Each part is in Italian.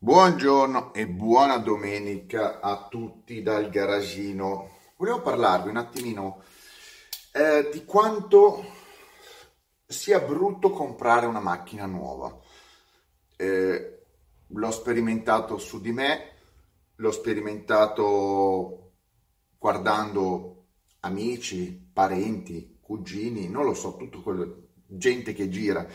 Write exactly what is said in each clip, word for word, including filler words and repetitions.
Buongiorno e buona domenica a tutti dal garagino. Volevo parlarvi un attimino eh, di quanto sia brutto comprare una macchina nuova. Eh, l'ho sperimentato su di me, l'ho sperimentato guardando amici, parenti, cugini, non lo so, tutto quello, gente che gira.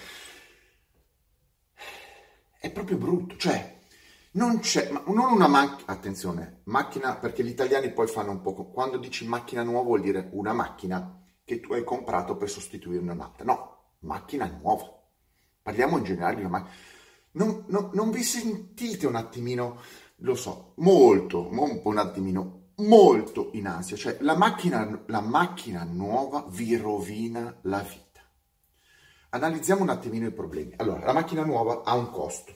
È proprio brutto, cioè non c'è, ma non una macchina, attenzione, macchina, perché gli italiani poi fanno un po', quando dici macchina nuova vuol dire una macchina che tu hai comprato per sostituirne un'altra, no, macchina nuova, parliamo in generale di una macchina, non, non- non vi sentite un attimino, lo so, molto, mo un po' un attimino, molto in ansia, cioè la macchina, la macchina nuova vi rovina la vita. Analizziamo un attimino i problemi. Allora, la macchina nuova ha un costo.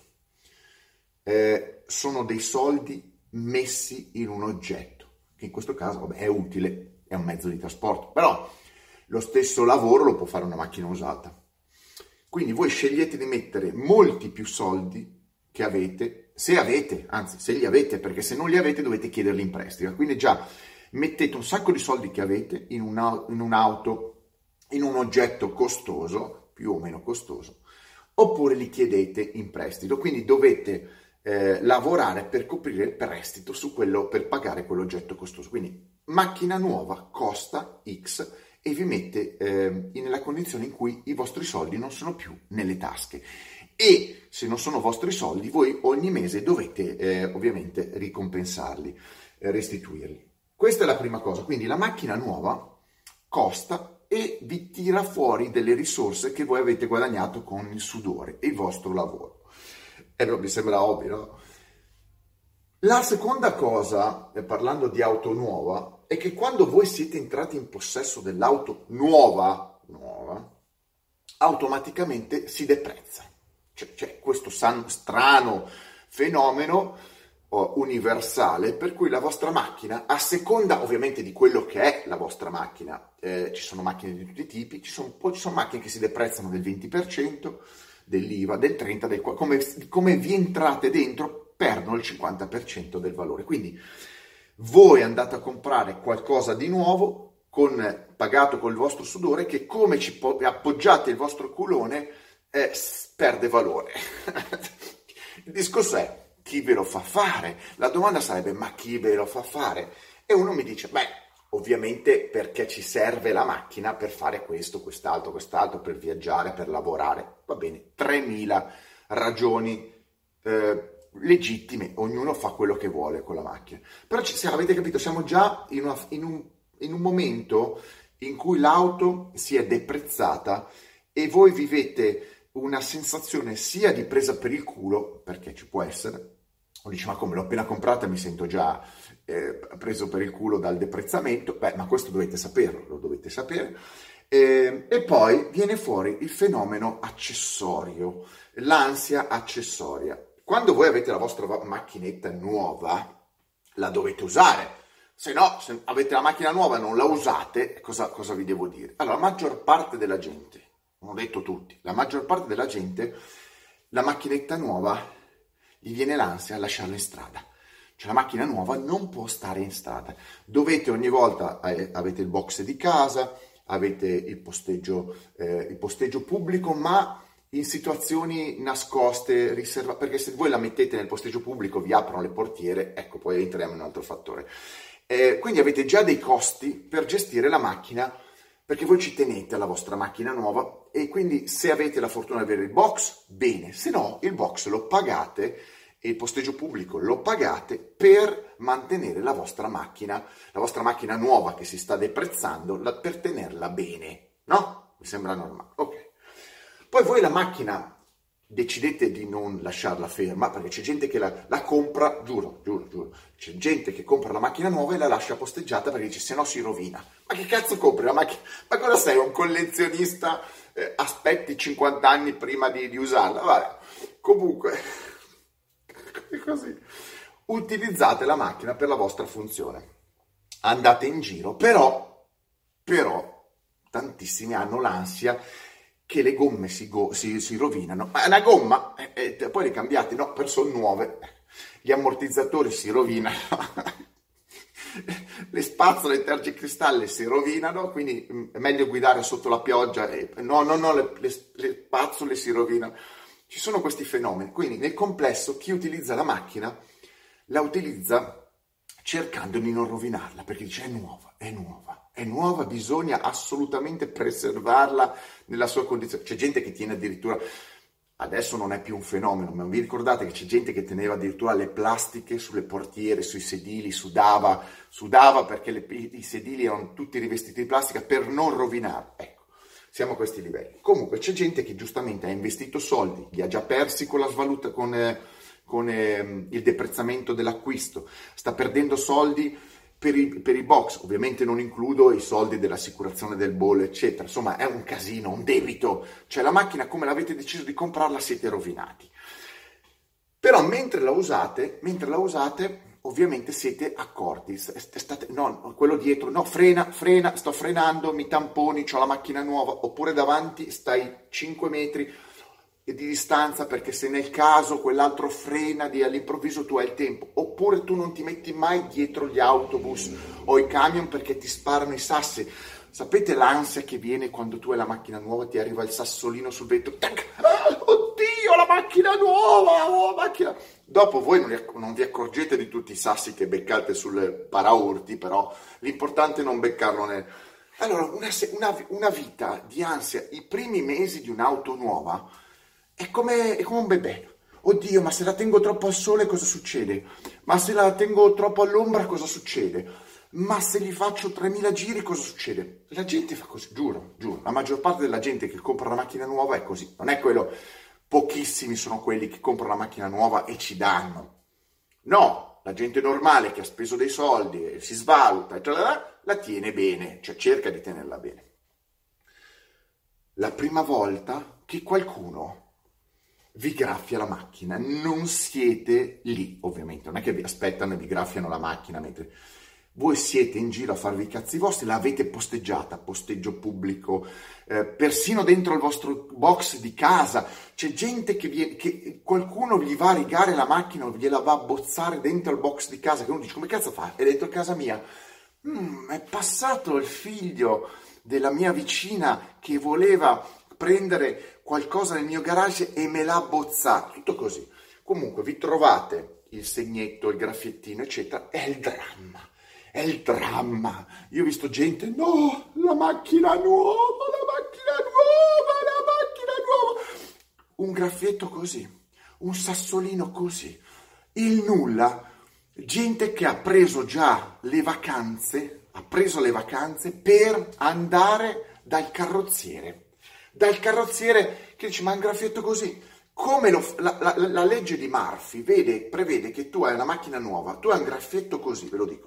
Eh, sono dei soldi messi in un oggetto, che in questo caso vabbè, è utile, è un mezzo di trasporto, però lo stesso lavoro lo può fare una macchina usata. Quindi voi scegliete di mettere molti più soldi che avete, se avete, anzi se li avete, perché se non li avete dovete chiederli in prestito. Quindi già mettete un sacco di soldi che avete in, una, in un'auto, in un oggetto costoso, più o meno costoso, oppure li chiedete in prestito. Quindi dovete eh, lavorare per coprire il prestito su quello, per pagare quell'oggetto costoso. Quindi macchina nuova costa X e vi mette eh, nella condizione in cui i vostri soldi non sono più nelle tasche. E se non sono vostri soldi, voi ogni mese dovete eh, ovviamente ricompensarli, eh, restituirli. Questa è la prima cosa. Quindi la macchina nuova costa e vi tira fuori delle risorse che voi avete guadagnato con il sudore e il vostro lavoro. E non mi sembra ovvio, no? La seconda cosa, eh, parlando di auto nuova, è che quando voi siete entrati in possesso dell'auto nuova, nuova, automaticamente si deprezza. C'è, c'è questo san- strano fenomeno oh, universale per cui la vostra macchina, a seconda ovviamente di quello che è la vostra macchina, eh, ci sono macchine di tutti i tipi, ci sono, poi ci sono macchine che si deprezzano del venti per cento, dell'I V A, del trenta per cento, del, come, come vi entrate dentro perdono il cinquanta per cento del valore. Quindi voi andate a comprare qualcosa di nuovo con, pagato col vostro sudore che come ci po- appoggiate il vostro culone eh, perde valore. Il discorso è chi ve lo fa fare? La domanda sarebbe ma chi ve lo fa fare? E uno mi dice beh ovviamente perché ci serve la macchina per fare questo, quest'altro, quest'altro, per viaggiare, per lavorare. Va bene, tremila ragioni eh, legittime, ognuno fa quello che vuole con la macchina. Però ci, se avete capito, siamo già in, una, in, un, in un momento in cui l'auto si è deprezzata e voi vivete una sensazione sia di presa per il culo, perché ci può essere, o dici ma come l'ho appena comprata e mi sento già eh, preso per il culo dal deprezzamento, beh ma questo dovete saperlo, lo dovete sapere, eh, e poi viene fuori il fenomeno accessorio, l'ansia accessoria. Quando voi avete la vostra macchinetta nuova, la dovete usare. Se no, se avete la macchina nuova e non la usate, cosa, cosa vi devo dire? Allora, la maggior parte della gente, non ho detto tutti, la maggior parte della gente, la macchinetta nuova gli viene l'ansia a lasciarla in strada. Cioè la macchina nuova non può stare in strada. Dovete ogni volta, eh, avete il box di casa, avete il posteggio, eh, il posteggio pubblico, ma in situazioni nascoste, riservate, perché se voi la mettete nel posteggio pubblico vi aprono le portiere, ecco, poi entriamo in un altro fattore. Eh, quindi avete già dei costi per gestire la macchina, perché voi ci tenete alla vostra macchina nuova e quindi se avete la fortuna di avere il box, bene, se no il box lo pagate e il posteggio pubblico lo pagate per mantenere la vostra macchina, la vostra macchina nuova che si sta deprezzando, la, per tenerla bene, no? Mi sembra normale, ok. Poi voi la macchina decidete di non lasciarla ferma, perché c'è gente che la, la compra, giuro, giuro, giuro, c'è gente che compra la macchina nuova e la lascia posteggiata perché dice se no si rovina. Ma che cazzo compri la macchina? Ma cosa sei, un collezionista? Eh, aspetti cinquanta anni prima di, di usarla? Vabbè, comunque, è così. Utilizzate la macchina per la vostra funzione. Andate in giro, però, però, tantissimi hanno l'ansia che le gomme si, go- si, si rovinano. Ma è una gomma, eh, eh, poi le cambiate, no, per sono nuove. gli ammortizzatori si rovinano, le spazzole e tergicristalli si rovinano, quindi è meglio guidare sotto la pioggia, e, no, no, no, le, le, le spazzole si rovinano. Ci sono questi fenomeni, quindi nel complesso chi utilizza la macchina la utilizza cercando di non rovinarla, perché dice è nuova, è nuova, è nuova, bisogna assolutamente preservarla nella sua condizione. C'è gente che tiene addirittura, adesso non è più un fenomeno, ma vi ricordate che c'è gente che teneva addirittura le plastiche sulle portiere, sui sedili, sudava, sudava perché le, i sedili erano tutti rivestiti di plastica per non rovinarli. Ecco, siamo a questi livelli. Comunque c'è gente che giustamente ha investito soldi, li ha già persi con la svaluta, con... Eh, con eh, il deprezzamento dell'acquisto, sta perdendo soldi per i, per i box, ovviamente non includo i soldi dell'assicurazione del bollo, eccetera, insomma è un casino, un debito, cioè la macchina come l'avete deciso di comprarla siete rovinati. Però mentre la usate, mentre la usate, ovviamente siete accorti, state, no, quello dietro, no, frena, frena, sto frenando, mi tamponi, ho la macchina nuova, oppure davanti stai cinque metri di distanza perché se nel caso quell'altro frena di all'improvviso tu hai il tempo, oppure tu non ti metti mai dietro gli autobus o i camion perché ti sparano i sassi. Sapete l'ansia che viene quando tu hai la macchina nuova, ti arriva il sassolino sul vetro, tac, ah, oddio la macchina nuova, oh, macchina. Dopo voi non, non vi accorgete di tutti i sassi che beccate sul paraurti, però l'importante è non beccarlo nel... Allora una, una, una vita di ansia, i primi mesi di un'auto nuova È come, è come un bebè. Oddio, ma se la tengo troppo al sole cosa succede? Ma se la tengo troppo all'ombra cosa succede? Ma se gli faccio tremila giri cosa succede? La gente fa così, giuro, giuro. La maggior parte della gente che compra una macchina nuova è così. Non è quello, pochissimi sono quelli che comprano la macchina nuova e ci danno. No, la gente normale che ha speso dei soldi e si svaluta, eccetera, la tiene bene, cioè cerca di tenerla bene. La prima volta che qualcuno vi graffia la macchina, non siete lì, ovviamente, non è che vi aspettano e vi graffiano la macchina mentre voi siete in giro a farvi i cazzi vostri, l'avete posteggiata, posteggio pubblico, eh, persino dentro il vostro box di casa, c'è gente che, vi, che qualcuno gli va a rigare la macchina o gliela va a bozzare dentro il box di casa, che uno dice come cazzo fa? È dentro casa mia, mm, è passato il figlio della mia vicina che voleva prendere qualcosa nel mio garage e me l'ha bozzato, tutto così. Comunque vi trovate il segnetto, il graffiettino, eccetera, è il dramma, è il dramma. Io ho visto gente, no, la macchina nuova, la macchina nuova, la macchina nuova. Un graffietto così, un sassolino così, il nulla. Gente che ha preso già le vacanze, ha preso le vacanze per andare dal carrozziere. Dal carrozziere che dice ma un graffietto così, come lo, la, la, la legge di Murphy vede, prevede che tu hai una macchina nuova, tu hai un graffietto così, ve lo dico,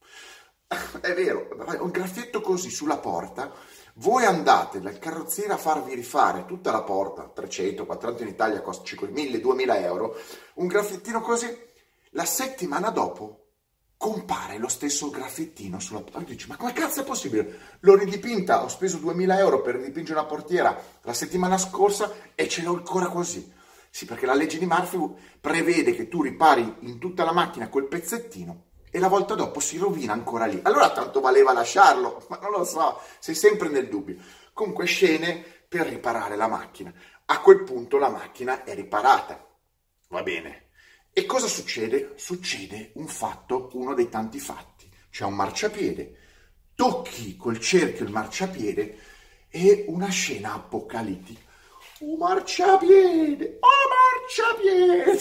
è vero, un graffietto così sulla porta, voi andate dal carrozziere a farvi rifare tutta la porta, trecento, quattrocento in Italia costa mille, duemila euro, un graffiettino così, la settimana dopo compare lo stesso graffiettino sulla porta. Dici, ma come cazzo è possibile? L'ho ridipinta, ho speso duemila euro per ridipingere una portiera la settimana scorsa e ce l'ho ancora così. Sì, perché la legge di Murphy prevede che tu ripari in tutta la macchina quel pezzettino e la volta dopo si rovina ancora lì. Allora tanto valeva lasciarlo, ma non lo so, sei sempre nel dubbio. Comunque scene per riparare la macchina. A quel punto la macchina è riparata. Va bene. E cosa succede? Succede un fatto, uno dei tanti fatti. C'è un marciapiede, tocchi col cerchio il marciapiede e una scena apocalittica. Un marciapiede! Oh, marciapiede!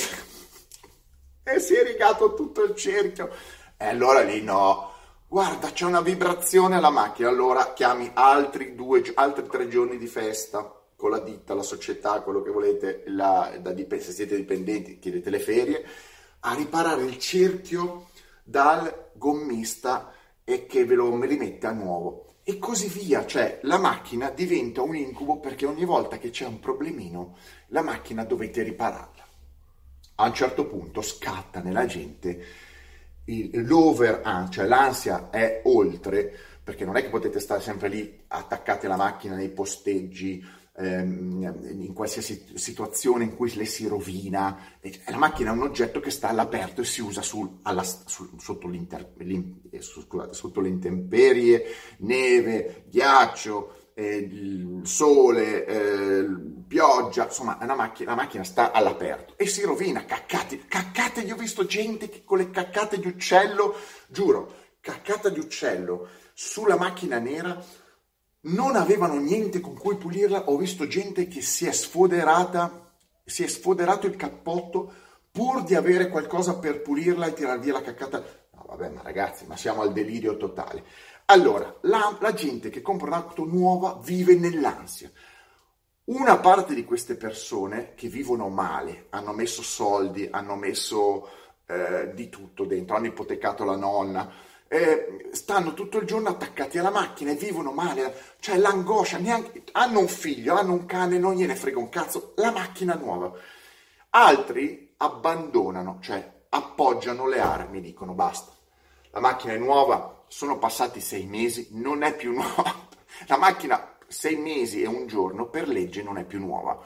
E si è rigato tutto il cerchio. E allora lì no. Guarda, c'è una vibrazione alla macchina. Allora chiami altri due, altri tre giorni di festa con la ditta, la società, quello che volete, la, da dip- se siete dipendenti chiedete le ferie, a riparare il cerchio dal gommista e che ve lo rimette a nuovo e così via. Cioè la macchina diventa un incubo perché ogni volta che c'è un problemino la macchina dovete ripararla. A un certo punto scatta nella gente il, l'over, cioè l'ansia è oltre, perché non è che potete stare sempre lì attaccati alla macchina nei posteggi ehm, in qualsiasi situazione in cui le si rovina. La macchina è un oggetto che sta all'aperto e si usa sul, alla, sul, sotto, l'in, scusate, sotto le intemperie, neve, ghiaccio, eh, il sole, eh, pioggia, insomma una macchina, la macchina sta all'aperto e si rovina. Caccate, caccate, io ho visto gente che con le caccate di uccello, giuro, caccata di uccello sulla macchina nera, non avevano niente con cui pulirla. Ho visto gente che si è sfoderata, si è sfoderato il cappotto pur di avere qualcosa per pulirla e tirar via la caccata. No, vabbè, ma ragazzi, ma siamo al delirio totale. Allora, la, la gente che compra un'auto nuova vive nell'ansia. Una parte di queste persone che vivono male, hanno messo soldi, hanno messo eh, di tutto dentro, hanno ipotecato la nonna, eh, stanno tutto il giorno attaccati alla macchina e vivono male, cioè l'angoscia, neanche, hanno un figlio, hanno un cane, non gliene frega un cazzo, la macchina nuova. Altri abbandonano, cioè appoggiano le armi, dicono basta, la macchina è nuova, sono passati sei mesi, non è più nuova, la macchina sei mesi e un giorno per legge non è più nuova.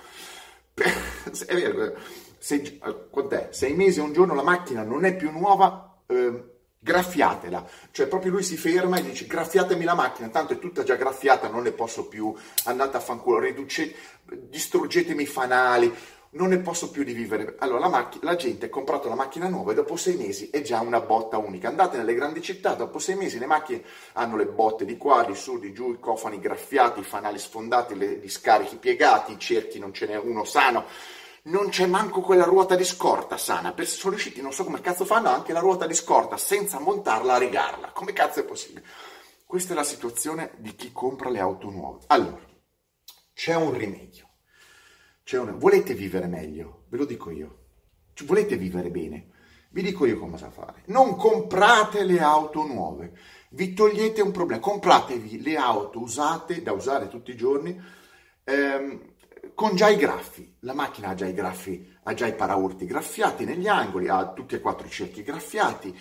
È vero, sei, quant'è? Sei mesi e un giorno la macchina non è più nuova, eh, graffiatela. Cioè proprio lui si ferma e dice graffiatemi la macchina, tanto è tutta già graffiata, non ne posso più, andate a fanculo, riducete, distruggetemi i fanali, non ne posso più di vivere. Allora la, macch- la gente ha comprato la macchina nuova e dopo sei mesi è già una botta unica. Andate nelle grandi città, dopo sei mesi le macchine hanno le botte di qua, di su, di giù, i cofani graffiati, i fanali sfondati, le, gli scarichi piegati, i cerchi non ce n'è uno sano, non c'è manco quella ruota di scorta sana. Per, sono riusciti, non so come cazzo fanno, anche la ruota di scorta senza montarla a rigarla. Come cazzo è possibile? Questa è la situazione di chi compra le auto nuove. Allora, c'è un rimedio. C'è una... Volete vivere meglio? Ve lo dico io. Volete vivere bene? Vi dico io cosa fare. Non comprate le auto nuove. Vi togliete un problema. Compratevi le auto usate, da usare tutti i giorni, ehm, con già i graffi. La macchina ha già i graffi, ha già i paraurti graffiati negli angoli, ha tutti e quattro i cerchi graffiati.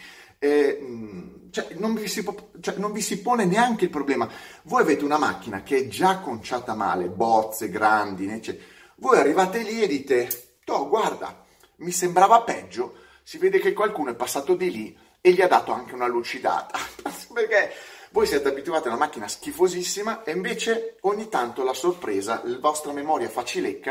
Eh, cioè, non vi si, cioè, non vi si pone neanche il problema. Voi avete una macchina che è già conciata male, bozze, grandi, eccetera. Voi arrivate lì e dite, oh guarda, mi sembrava peggio, si vede che qualcuno è passato di lì e gli ha dato anche una lucidata, perché voi siete abituati a una macchina schifosissima e invece ogni tanto la sorpresa, la vostra memoria fa cilecca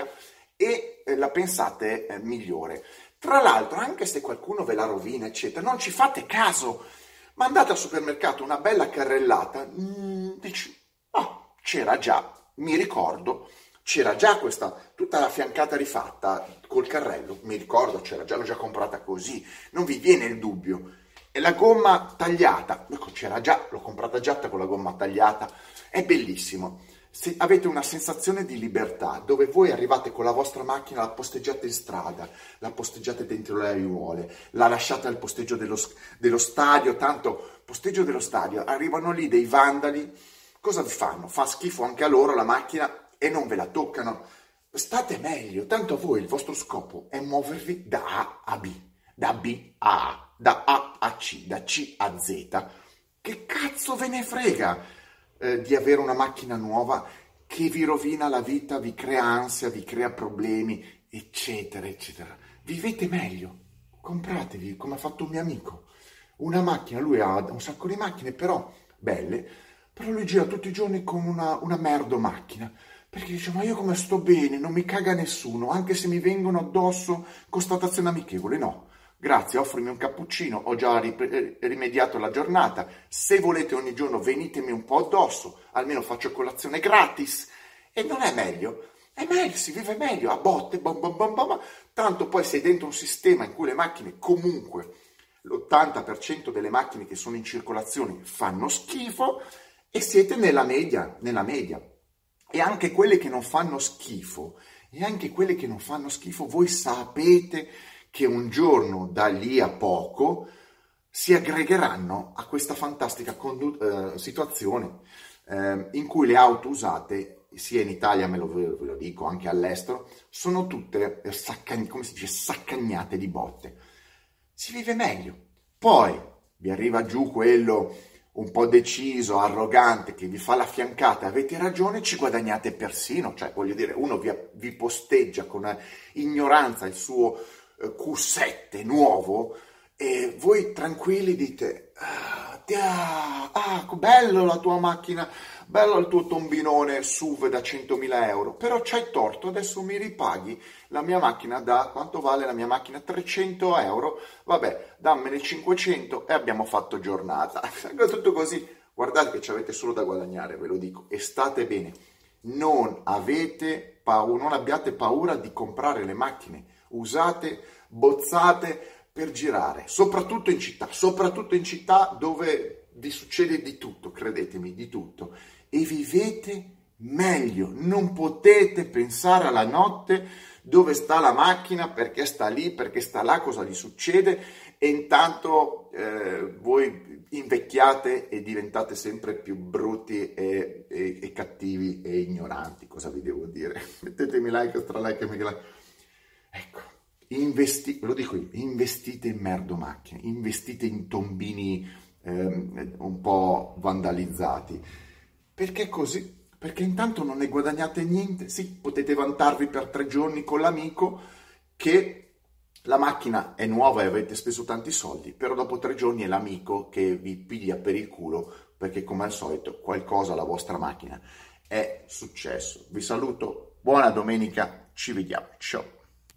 e la pensate eh, migliore. Tra l'altro, anche se qualcuno ve la rovina, eccetera, non ci fate caso, ma andate al supermercato, una bella carrellata, mm, dici, oh, c'era già, mi ricordo, c'era già questa, tutta la fiancata rifatta col carrello, mi ricordo, c'era già, l'ho già comprata così, non vi viene il dubbio. E la gomma tagliata, ecco, c'era già, l'ho comprata già con la gomma tagliata, è bellissimo. Se avete una sensazione di libertà, dove voi arrivate con la vostra macchina, la posteggiate in strada, la posteggiate dentro le aiuole, la lasciate al posteggio dello, dello stadio, tanto posteggio dello stadio, arrivano lì dei vandali, cosa vi fanno? Fa schifo anche a loro la macchina, e non ve la toccano, state meglio, tanto a voi il vostro scopo è muovervi da A a B, da B a A, da A a C, da C a Z. Che cazzo ve ne frega eh, di avere una macchina nuova che vi rovina la vita, vi crea ansia, vi crea problemi, eccetera, eccetera. Vivete meglio, compratevi, come ha fatto un mio amico, una macchina, lui ha un sacco di macchine, però belle, però lui gira tutti i giorni con una, una merdo macchina, perché dice, ma io come sto bene, non mi caga nessuno, anche se mi vengono addosso, constatazione amichevole, no, grazie, offrimi un cappuccino, ho già rip- rimediato la giornata, se volete ogni giorno venitemi un po' addosso, almeno faccio colazione gratis, e non è meglio, è meglio, si vive meglio, a botte, bom bom bom bom, tanto poi sei dentro un sistema in cui le macchine comunque, l'ottanta per cento delle macchine che sono in circolazione fanno schifo, e siete nella media, nella media. E anche quelle che non fanno schifo, e anche quelle che non fanno schifo, voi sapete che un giorno da lì a poco si aggregheranno a questa fantastica condu- eh, situazione eh, in cui le auto usate, sia in Italia, me lo, ve lo dico, anche all'estero, sono tutte saccagn- come si dice, saccagnate di botte. Si vive meglio. Poi vi arriva giù quello, un po' deciso, arrogante, che vi fa la fiancata, avete ragione, ci guadagnate persino, cioè voglio dire, uno vi, vi posteggia con ignoranza il suo eh, Q sette nuovo e voi tranquilli dite, ah, tia, ah, bello la tua macchina, bello il tuo tombinone S U V da centomila euro, però c'hai torto, adesso mi ripaghi la mia macchina da, quanto vale la mia macchina? trecento euro, vabbè, dammene cinquecento e abbiamo fatto giornata. Tutto così, guardate che ci avete solo da guadagnare, ve lo dico, e state bene. Non avete paura, non abbiate paura di comprare le macchine usate, bozzate per girare, soprattutto in città, soprattutto in città dove vi succede di tutto, credetemi, di tutto, e vivete meglio. Non potete pensare alla notte dove sta la macchina, perché sta lì, perché sta là, cosa gli succede, e intanto eh, voi invecchiate e diventate sempre più brutti e, e, e cattivi e ignoranti. Cosa vi devo dire? Mettetemi like, stra like e mega like. Ecco, investi, lo dico io, investite in merdo macchine, investite in tombini ehm, un po' vandalizzati, perché così? Perché intanto non ne guadagnate niente. Sì, potete vantarvi per tre giorni con l'amico che la macchina è nuova e avete speso tanti soldi, però dopo tre giorni è l'amico che vi piglia per il culo perché, come al solito, qualcosa alla vostra macchina è successo. Vi saluto, buona domenica, ci vediamo, ciao!